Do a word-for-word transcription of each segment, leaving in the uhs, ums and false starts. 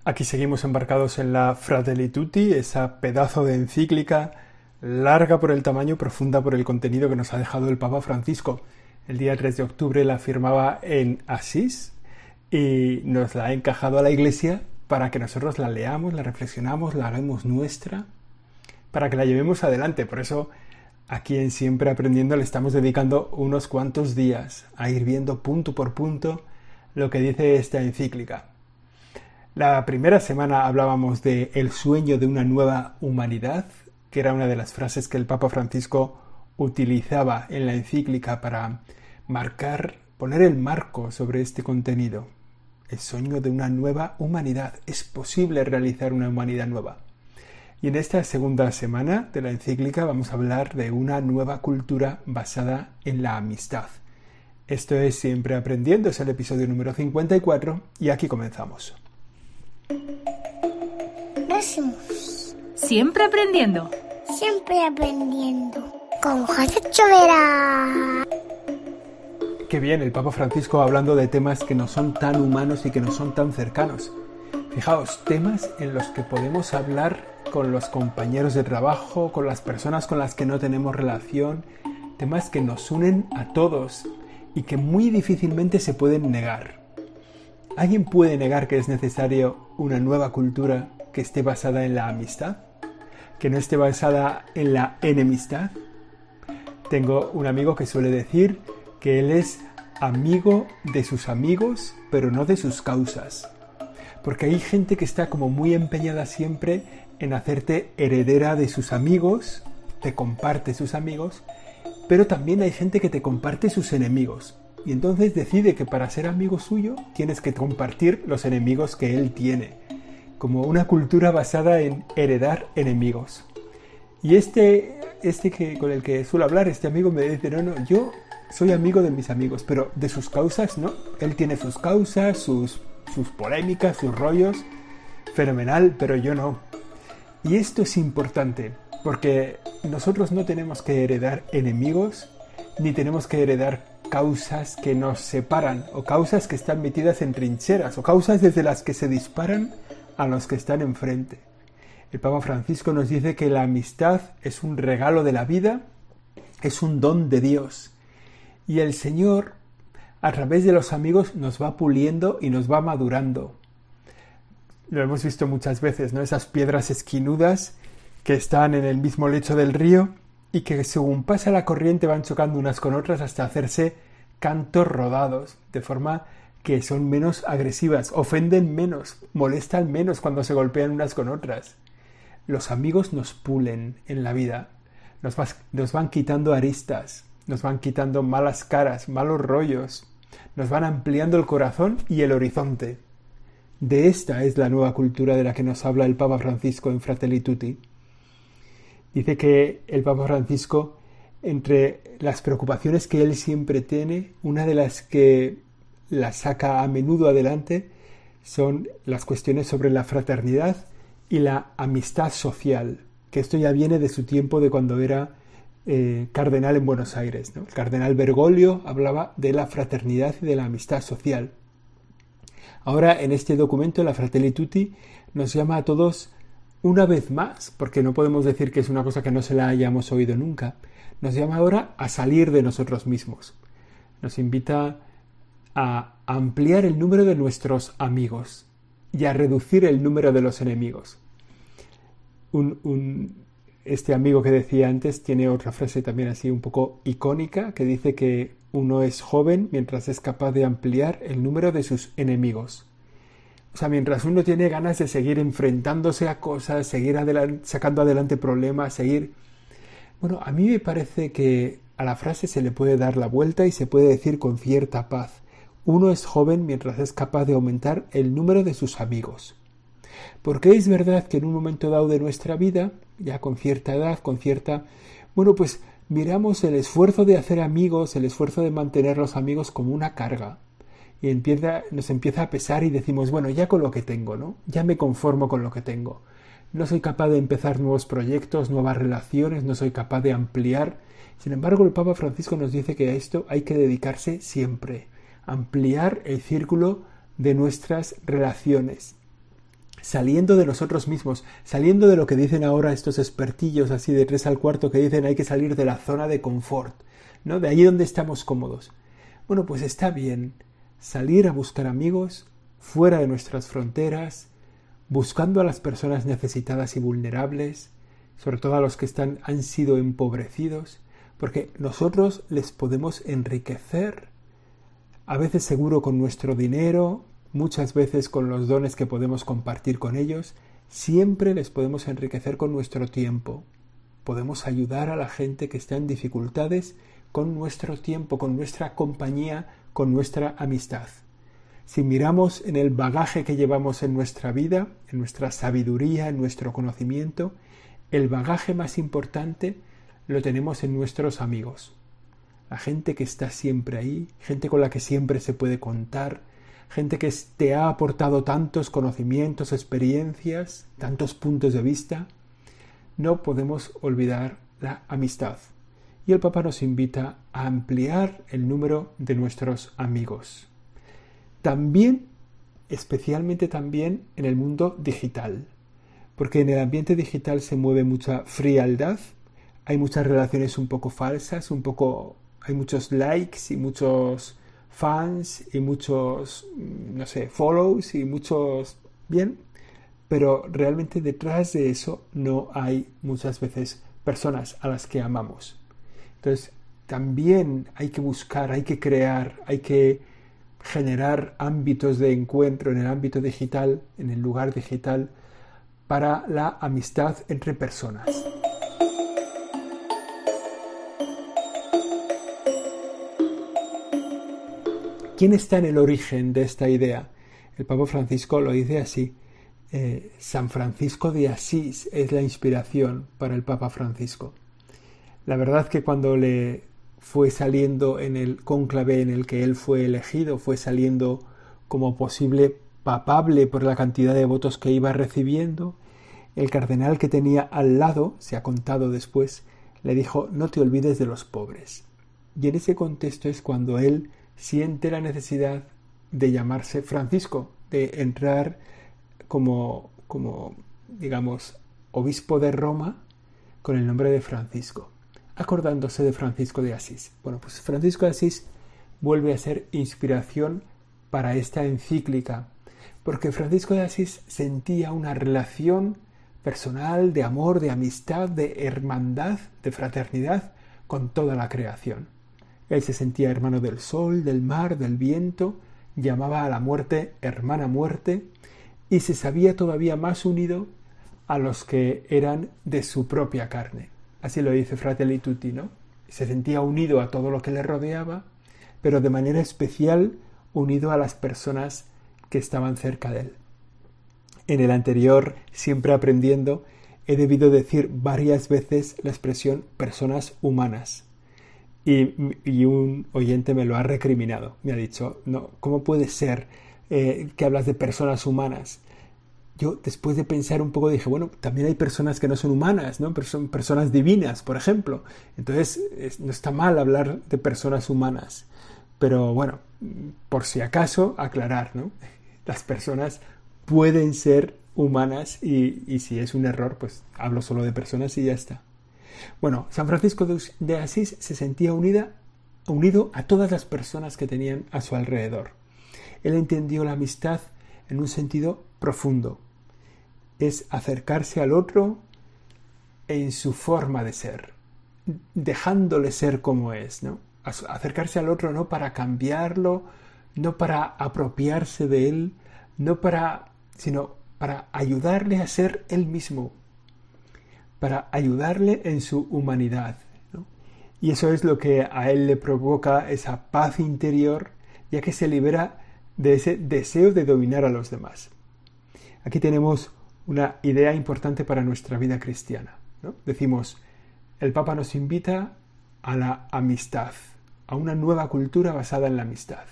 Aquí seguimos embarcados en la Fratelli Tutti, esa pedazo de encíclica larga por el tamaño, profunda por el contenido que nos ha dejado el Papa Francisco. El día tres de octubre la firmaba en Asís y nos la ha encajado a la Iglesia para que nosotros la leamos, la reflexionamos, la hagamos nuestra, para que la llevemos adelante. Por eso aquí en Siempre Aprendiendo le estamos dedicando unos cuantos días a ir viendo punto por punto lo que dice esta encíclica. La primera semana hablábamos de el sueño de una nueva humanidad, que era una de las frases que el Papa Francisco utilizaba en la encíclica para marcar, poner el marco sobre este contenido. El sueño de una nueva humanidad. Es posible realizar una humanidad nueva. Y en esta segunda semana de la encíclica vamos a hablar de una nueva cultura basada en la amistad. Esto es Siempre Aprendiendo, es el episodio número cincuenta y cuatro y aquí comenzamos. Decimos. Siempre aprendiendo. Siempre aprendiendo. Con José Chovera. Qué bien, el Papa Francisco hablando de temas que no son tan humanos y que no son tan cercanos. Fijaos, temas en los que podemos hablar con los compañeros de trabajo, con las personas con las que no tenemos relación, temas que nos unen a todos y que muy difícilmente se pueden negar. ¿Alguien puede negar que es necesario una nueva cultura que esté basada en la amistad? ¿Que no esté basada en la enemistad? Tengo un amigo que suele decir que él es amigo de sus amigos, pero no de sus causas. Porque hay gente que está como muy empeñada siempre en hacerte heredera de sus amigos, te comparte sus amigos, pero también hay gente que te comparte sus enemigos. Y entonces decide que para ser amigo suyo tienes que compartir los enemigos que él tiene. Como una cultura basada en heredar enemigos. Y este, este que, con el que suelo hablar, este amigo me dice, no, no, yo soy amigo de mis amigos, pero de sus causas no. Él tiene sus causas, sus, sus polémicas, sus rollos, fenomenal, pero yo no. Y esto es importante, porque nosotros no tenemos que heredar enemigos, ni tenemos que heredar causas que nos separan, o causas que están metidas en trincheras, o causas desde las que se disparan a los que están enfrente. El Papa Francisco nos dice que la amistad es un regalo de la vida, es un don de Dios. Y el Señor, a través de los amigos, nos va puliendo y nos va madurando. Lo hemos visto muchas veces, ¿no? Esas piedras esquinudas que están en el mismo lecho del río y que según pasa la corriente van chocando unas con otras hasta hacerse cantos rodados, de forma que son menos agresivas, ofenden menos, molestan menos cuando se golpean unas con otras. Los amigos nos pulen en la vida, nos, vas, nos van quitando aristas, nos van quitando malas caras, malos rollos, nos van ampliando el corazón y el horizonte. De esta es la nueva cultura de la que nos habla el Papa Francisco en Fratelli Tutti. Dice que el Papa Francisco, entre las preocupaciones que él siempre tiene, una de las que la saca a menudo adelante son las cuestiones sobre la fraternidad y la amistad social, que esto ya viene de su tiempo de cuando era eh, cardenal en Buenos Aires, ¿no? El cardenal Bergoglio hablaba de la fraternidad y de la amistad social. Ahora en este documento, la Fratelli Tutti, nos llama a todos una vez más, porque no podemos decir que es una cosa que no se la hayamos oído nunca, nos llama ahora a salir de nosotros mismos. Nos invita a ampliar el número de nuestros amigos y a reducir el número de los enemigos. Un, un, este amigo que decía antes tiene otra frase también así un poco icónica que dice que uno es joven mientras es capaz de ampliar el número de sus enemigos. O sea, mientras uno tiene ganas de seguir enfrentándose a cosas, seguir adelan- sacando adelante problemas, seguir... Bueno, a mí me parece que a la frase se le puede dar la vuelta y se puede decir con cierta paz. Uno es joven mientras es capaz de aumentar el número de sus amigos. Porque es verdad que en un momento dado de nuestra vida, ya con cierta edad, con cierta... Bueno, pues miramos el esfuerzo de hacer amigos, el esfuerzo de mantener los amigos como una carga. Y empieza, nos empieza a pesar y decimos, bueno, ya con lo que tengo, ¿no? Ya me conformo con lo que tengo. No soy capaz de empezar nuevos proyectos, nuevas relaciones, no soy capaz de ampliar. Sin embargo, el Papa Francisco nos dice que a esto hay que dedicarse siempre. Ampliar el círculo de nuestras relaciones. saliendo de nosotros mismos, saliendo de lo que dicen ahora estos expertillos así de tres al cuarto que dicen hay que salir de la zona de confort, ¿no? De ahí donde estamos cómodos. Bueno, pues está bien salir a buscar amigos fuera de nuestras fronteras, buscando a las personas necesitadas y vulnerables, sobre todo a los que están, han sido empobrecidos, porque nosotros les podemos enriquecer, a veces seguro con nuestro dinero, muchas veces con los dones que podemos compartir con ellos, siempre les podemos enriquecer con nuestro tiempo. Podemos ayudar a la gente que está en dificultades con nuestro tiempo, con nuestra compañía, con nuestra amistad. Si miramos en el bagaje que llevamos en nuestra vida, en nuestra sabiduría, en nuestro conocimiento, el bagaje más importante lo tenemos en nuestros amigos. La gente que está siempre ahí, gente con la que siempre se puede contar, gente que te ha aportado tantos conocimientos, experiencias, tantos puntos de vista. No podemos olvidar la amistad. Y el Papa nos invita a ampliar el número de nuestros amigos. También, especialmente también en el mundo digital. Porque en el ambiente digital se mueve mucha frialdad, hay muchas relaciones un poco falsas, un poco, hay muchos likes y muchos fans y muchos, no sé, follows y muchos, bien, pero realmente detrás de eso no hay muchas veces personas a las que amamos. Entonces, también hay que buscar, hay que crear, hay que generar ámbitos de encuentro en el ámbito digital, en el lugar digital, para la amistad entre personas. ¿Quién está en el origen de esta idea? El Papa Francisco lo dice así. Eh, San Francisco de Asís es la inspiración para el Papa Francisco. La verdad que cuando le fue saliendo en el cónclave en el que él fue elegido, fue saliendo como posible papable por la cantidad de votos que iba recibiendo, el cardenal que tenía al lado, se ha contado después, le dijo: no te olvides de los pobres. Y en ese contexto es cuando él siente la necesidad de llamarse Francisco, de entrar como, como, digamos, obispo de Roma con el nombre de Francisco, acordándose de Francisco de Asís. Bueno, pues Francisco de Asís vuelve a ser inspiración para esta encíclica, porque Francisco de Asís sentía una relación personal de amor, de amistad, de hermandad, de fraternidad con toda la creación. Él se sentía hermano del sol, del mar, del viento, llamaba a la muerte hermana muerte y se sabía todavía más unido a los que eran de su propia carne. Así lo dice Fratelli Tutti, ¿no? Se sentía unido a todo lo que le rodeaba, pero de manera especial unido a las personas que estaban cerca de él. En el anterior, siempre aprendiendo, he debido decir varias veces la expresión personas humanas. Y, y un oyente me lo ha recriminado. Me ha dicho, no, ¿cómo puede ser eh, que hablas de personas humanas? Yo, después de pensar un poco, dije, bueno, también hay personas que no son humanas, ¿no? Pero son personas divinas, por ejemplo. Entonces, es, no está mal hablar de personas humanas. Pero bueno, por si acaso, aclarar, ¿no? Las personas pueden ser humanas y, y si es un error, pues hablo solo de personas y ya está. Bueno, San Francisco de Asís se sentía unida, unido a todas las personas que tenían a su alrededor. Él entendió la amistad en un sentido profundo. Es acercarse al otro en su forma de ser, dejándole ser como es, ¿no? Acercarse al otro no para cambiarlo, no para apropiarse de él, no para, sino para ayudarle a ser él mismo, para ayudarle en su humanidad, ¿no? Y eso es lo que a él le provoca esa paz interior, ya que se libera de ese deseo de dominar a los demás. Aquí tenemos una idea importante para nuestra vida cristiana, ¿no? Decimos, el Papa nos invita a la amistad, a una nueva cultura basada en la amistad,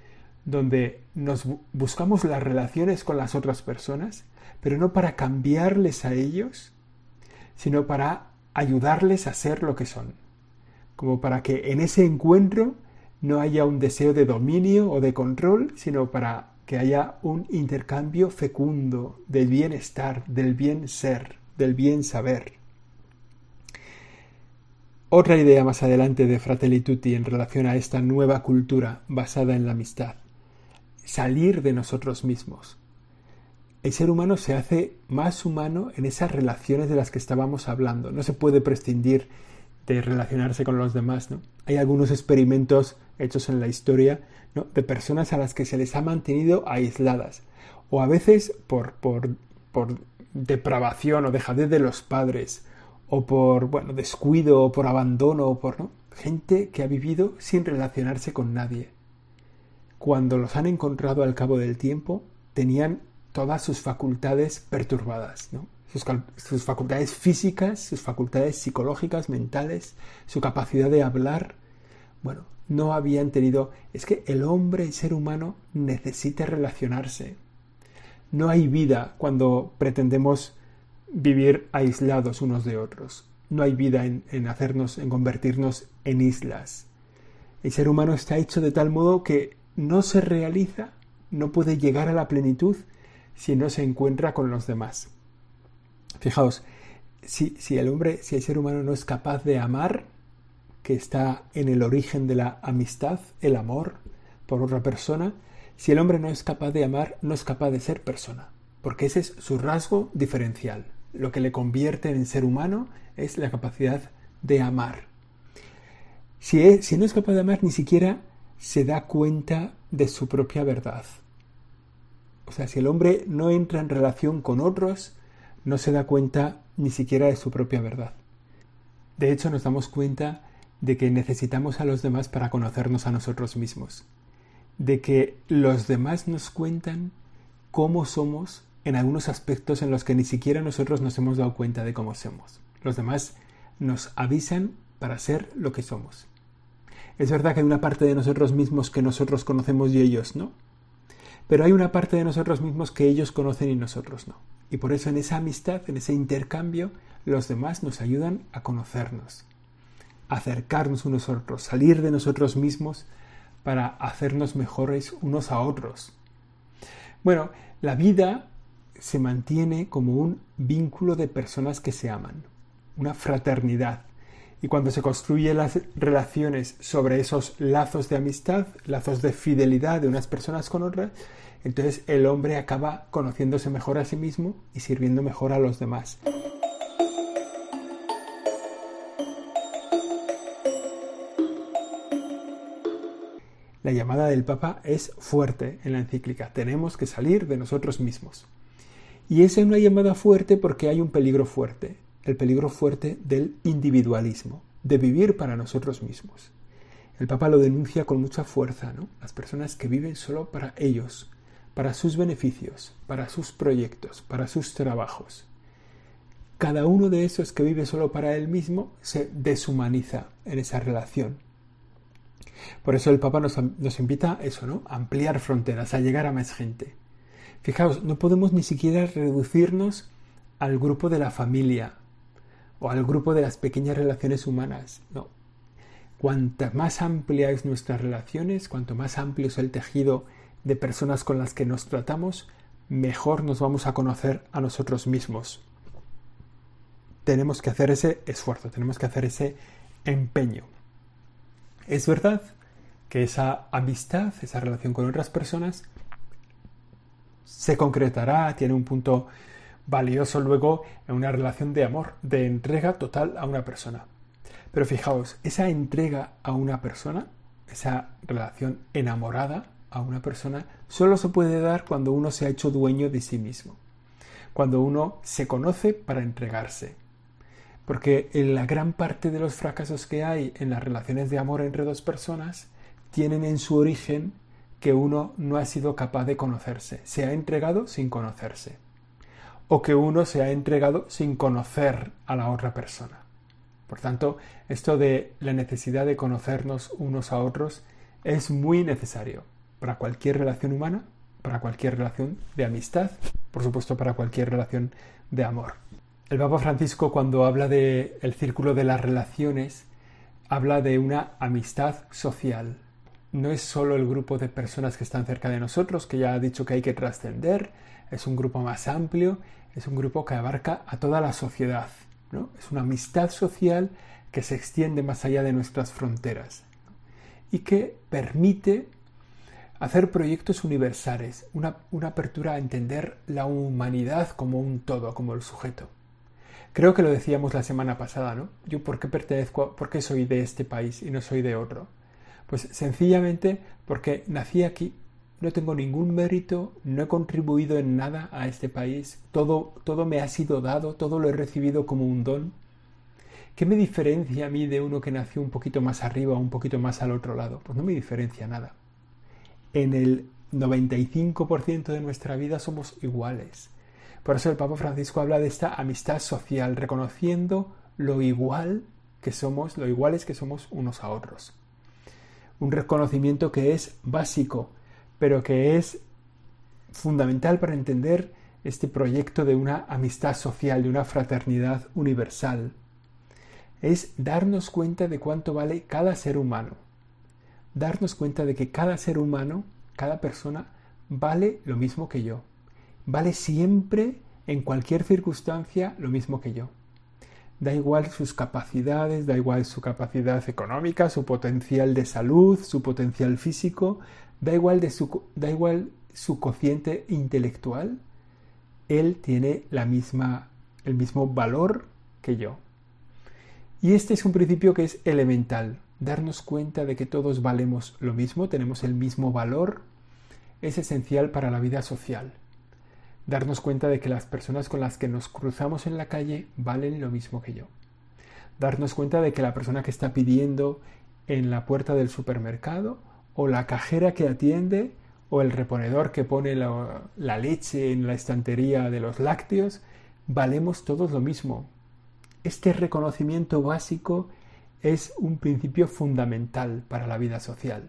donde nos buscamos las relaciones con las otras personas, pero no para cambiarles a ellos, sino para ayudarles a ser lo que son, como para que en ese encuentro no haya un deseo de dominio o de control, sino para que haya un intercambio fecundo del bienestar, del bien ser, del bien saber. Otra idea más adelante de Fratelli Tutti en relación a esta nueva cultura basada en la amistad. Salir de nosotros mismos. El ser humano se hace más humano en esas relaciones de las que estábamos hablando. No se puede prescindir de relacionarse con los demás, ¿no? Hay algunos experimentos hechos en la historia, ¿no?, de personas a las que se les ha mantenido aisladas. O a veces por, por, por depravación o dejadez de los padres, o por bueno, descuido, o por abandono, o por ¿no? gente que ha vivido sin relacionarse con nadie. Cuando los han encontrado al cabo del tiempo, tenían todas sus facultades perturbadas, ¿no? Sus, sus facultades físicas, sus facultades psicológicas, mentales, su capacidad de hablar. Bueno, no habían tenido... Es que el hombre, el ser humano, necesita relacionarse. No hay vida cuando pretendemos vivir aislados unos de otros. No hay vida en, en hacernos, en convertirnos en islas. El ser humano está hecho de tal modo que no se realiza, no puede llegar a la plenitud si no se encuentra con los demás. Fijaos, si, si el hombre, si el ser humano no es capaz de amar, que está en el origen de la amistad, el amor por otra persona, si el hombre no es capaz de amar, no es capaz de ser persona, porque ese es su rasgo diferencial. Lo que le convierte en ser humano es la capacidad de amar. Si, es, si no es capaz de amar, ni siquiera se da cuenta de su propia verdad. O sea, si el hombre no entra en relación con otros, no se da cuenta ni siquiera de su propia verdad. De hecho, nos damos cuenta de que necesitamos a los demás para conocernos a nosotros mismos. De que los demás nos cuentan cómo somos en algunos aspectos en los que ni siquiera nosotros nos hemos dado cuenta de cómo somos. Los demás nos avisan para ser lo que somos. Es verdad que hay una parte de nosotros mismos que nosotros conocemos y ellos no. Pero hay una parte de nosotros mismos que ellos conocen y nosotros no. Y por eso en esa amistad, en ese intercambio, los demás nos ayudan a conocernos, a acercarnos unos a otros, salir de nosotros mismos para hacernos mejores unos a otros. Bueno, la vida se mantiene como un vínculo de personas que se aman, una fraternidad. Y cuando se construyen las relaciones sobre esos lazos de amistad, lazos de fidelidad de unas personas con otras, entonces el hombre acaba conociéndose mejor a sí mismo y sirviendo mejor a los demás. La llamada del Papa es fuerte en la encíclica. Tenemos que salir de nosotros mismos. Y es una llamada fuerte porque hay un peligro fuerte. El peligro fuerte del individualismo, de vivir para nosotros mismos. El Papa lo denuncia con mucha fuerza, ¿no? Las personas que viven solo para ellos, para sus beneficios, para sus proyectos, para sus trabajos. Cada uno de esos que vive solo para él mismo se deshumaniza en esa relación. Por eso el Papa nos, nos invita a eso, ¿no? A ampliar fronteras, a llegar a más gente. Fijaos, no podemos ni siquiera reducirnos al grupo de la familia o al grupo de las pequeñas relaciones humanas. No. Cuanta más amplia es nuestras relaciones, cuanto más amplio es el tejido de personas con las que nos tratamos, mejor nos vamos a conocer a nosotros mismos. Tenemos que hacer ese esfuerzo, tenemos que hacer ese empeño. Es verdad que esa amistad, esa relación con otras personas, se concretará, tiene un punto valioso luego en una relación de amor, de entrega total a una persona. Pero fijaos, esa entrega a una persona, esa relación enamorada a una persona, solo se puede dar cuando uno se ha hecho dueño de sí mismo, cuando uno se conoce para entregarse. Porque en la gran parte de los fracasos que hay en las relaciones de amor entre dos personas tienen en su origen que uno no ha sido capaz de conocerse, se ha entregado sin conocerse, o que uno se ha entregado sin conocer a la otra persona. Por tanto, esto de la necesidad de conocernos unos a otros es muy necesario para cualquier relación humana, para cualquier relación de amistad, por supuesto para cualquier relación de amor. El Papa Francisco, cuando habla del círculo de las relaciones, habla de una amistad social. no es solo el grupo de personas que están cerca de nosotros, que ya ha dicho que hay que trascender, es un grupo más amplio, es un grupo que abarca a toda la sociedad, ¿no? Es una amistad social que se extiende más allá de nuestras fronteras, ¿no? Y que permite hacer proyectos universales, una, una apertura a entender la humanidad como un todo, como el sujeto. Creo que lo decíamos la semana pasada, ¿no? Yo, ¿por qué pertenezco, por qué soy de este país y no soy de otro? Pues sencillamente porque nací aquí, no tengo ningún mérito, no he contribuido en nada a este país, todo, todo me ha sido dado, todo lo he recibido como un don. ¿Qué me diferencia a mí de uno que nació un poquito más arriba o un poquito más al otro lado? Pues no me diferencia nada. En el noventa y cinco por ciento de nuestra vida somos iguales. Por eso el Papa Francisco habla de esta amistad social, reconociendo lo igual que somos, lo iguales que somos unos a otros. Un reconocimiento que es básico, pero que es fundamental para entender este proyecto de una amistad social, de una fraternidad universal. Es darnos cuenta de cuánto vale cada ser humano. Darnos cuenta de que cada ser humano, cada persona, vale lo mismo que yo. Vale siempre, en cualquier circunstancia, lo mismo que yo. Da igual sus capacidades, da igual su capacidad económica, su potencial de salud, su potencial físico, da igual, de su, da igual su cociente intelectual. Él tiene la misma, el mismo valor que yo. Y este es un principio que es elemental. Darnos cuenta de que todos valemos lo mismo, tenemos el mismo valor, es esencial para la vida social. Darnos cuenta de que las personas con las que nos cruzamos en la calle valen lo mismo que yo. Darnos cuenta de que la persona que está pidiendo en la puerta del supermercado, o la cajera que atiende, o el reponedor que pone la, la leche en la estantería de los lácteos, valemos todos lo mismo. Este reconocimiento básico es un principio fundamental para la vida social.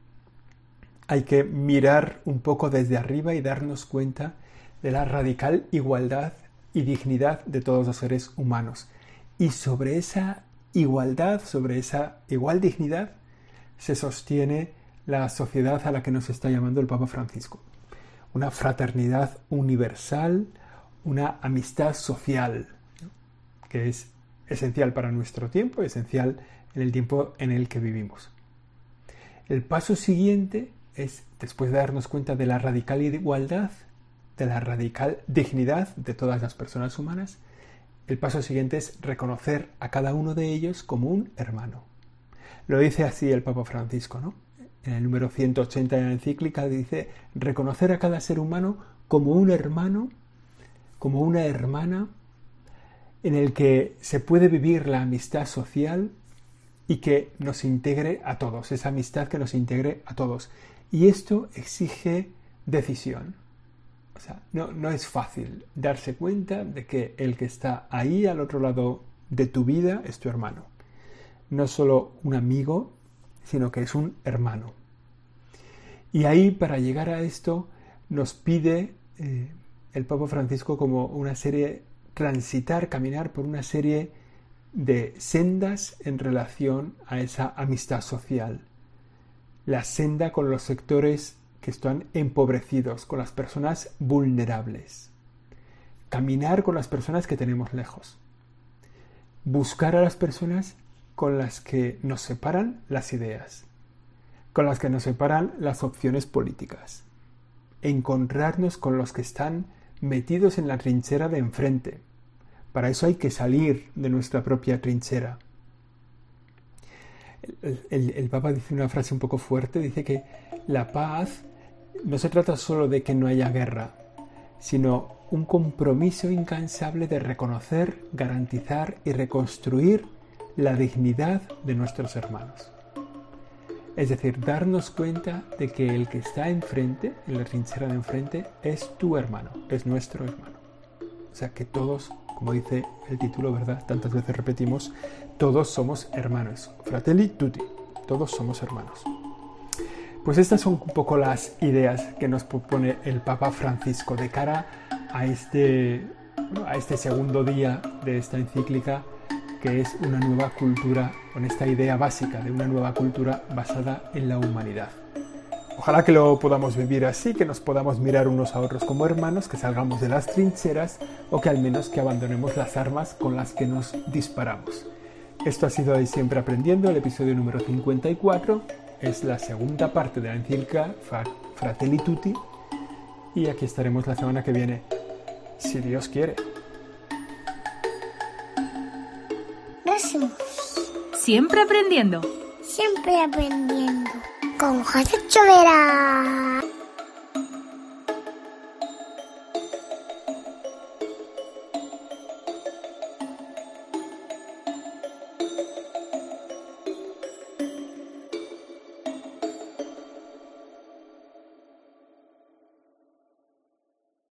Hay que mirar un poco desde arriba y darnos cuenta de la radical igualdad y dignidad de todos los seres humanos. Y sobre esa igualdad, sobre esa igual dignidad, se sostiene la sociedad a la que nos está llamando el Papa Francisco. Una fraternidad universal, una amistad social, ¿no? Que es esencial para nuestro tiempo, esencial en el tiempo en el que vivimos. El paso siguiente es, después de darnos cuenta de la radical igualdad, de la radical dignidad de todas las personas humanas, el paso siguiente es reconocer a cada uno de ellos como un hermano. Lo dice así el Papa Francisco, ¿no? En el número ciento ochenta de la encíclica dice, reconocer a cada ser humano como un hermano, como una hermana, en el que se puede vivir la amistad social y que nos integre a todos, esa amistad que nos integre a todos. Y esto exige decisión. O sea, no, no es fácil darse cuenta de que el que está ahí al otro lado de tu vida es tu hermano. No solo un amigo, sino que es un hermano. Y ahí, para llegar a esto, nos pide eh, el Papa Francisco como una serie, transitar, caminar por una serie de sendas en relación a esa amistad social. La senda con los sectores que están empobrecidos, con las personas vulnerables. Caminar con las personas que tenemos lejos. Buscar a las personas con las que nos separan las ideas, con las que nos separan las opciones políticas. Encontrarnos con los que están metidos en la trinchera de enfrente. Para eso hay que salir de nuestra propia trinchera. El, el, el Papa dice una frase un poco fuerte, dice que la paz no se trata solo de que no haya guerra, sino un compromiso incansable de reconocer, garantizar y reconstruir la dignidad de nuestros hermanos. Es decir, darnos cuenta de que el que está enfrente, en la trinchera de enfrente, es tu hermano, es nuestro hermano. O sea que todos, como dice el título, ¿verdad? Tantas veces repetimos, todos somos hermanos. Fratelli tutti, todos somos hermanos. Pues estas son un poco las ideas que nos propone el Papa Francisco de cara a este, bueno, a este segundo día de esta encíclica, que que es una nueva cultura, con esta idea básica de una nueva cultura basada en la humanidad. Ojalá que lo podamos vivir así, que nos podamos mirar unos a otros como hermanos, que salgamos de las trincheras o que al menos que abandonemos las armas con las que nos disparamos. Esto ha sido de Siempre Aprendiendo, el episodio número cincuenta y cuatro. Es la segunda parte de la encíclica Fratelli Tutti. Y aquí estaremos la semana que viene, si Dios quiere. Gracias. Siempre aprendiendo. Siempre aprendiendo. Con José Chovera.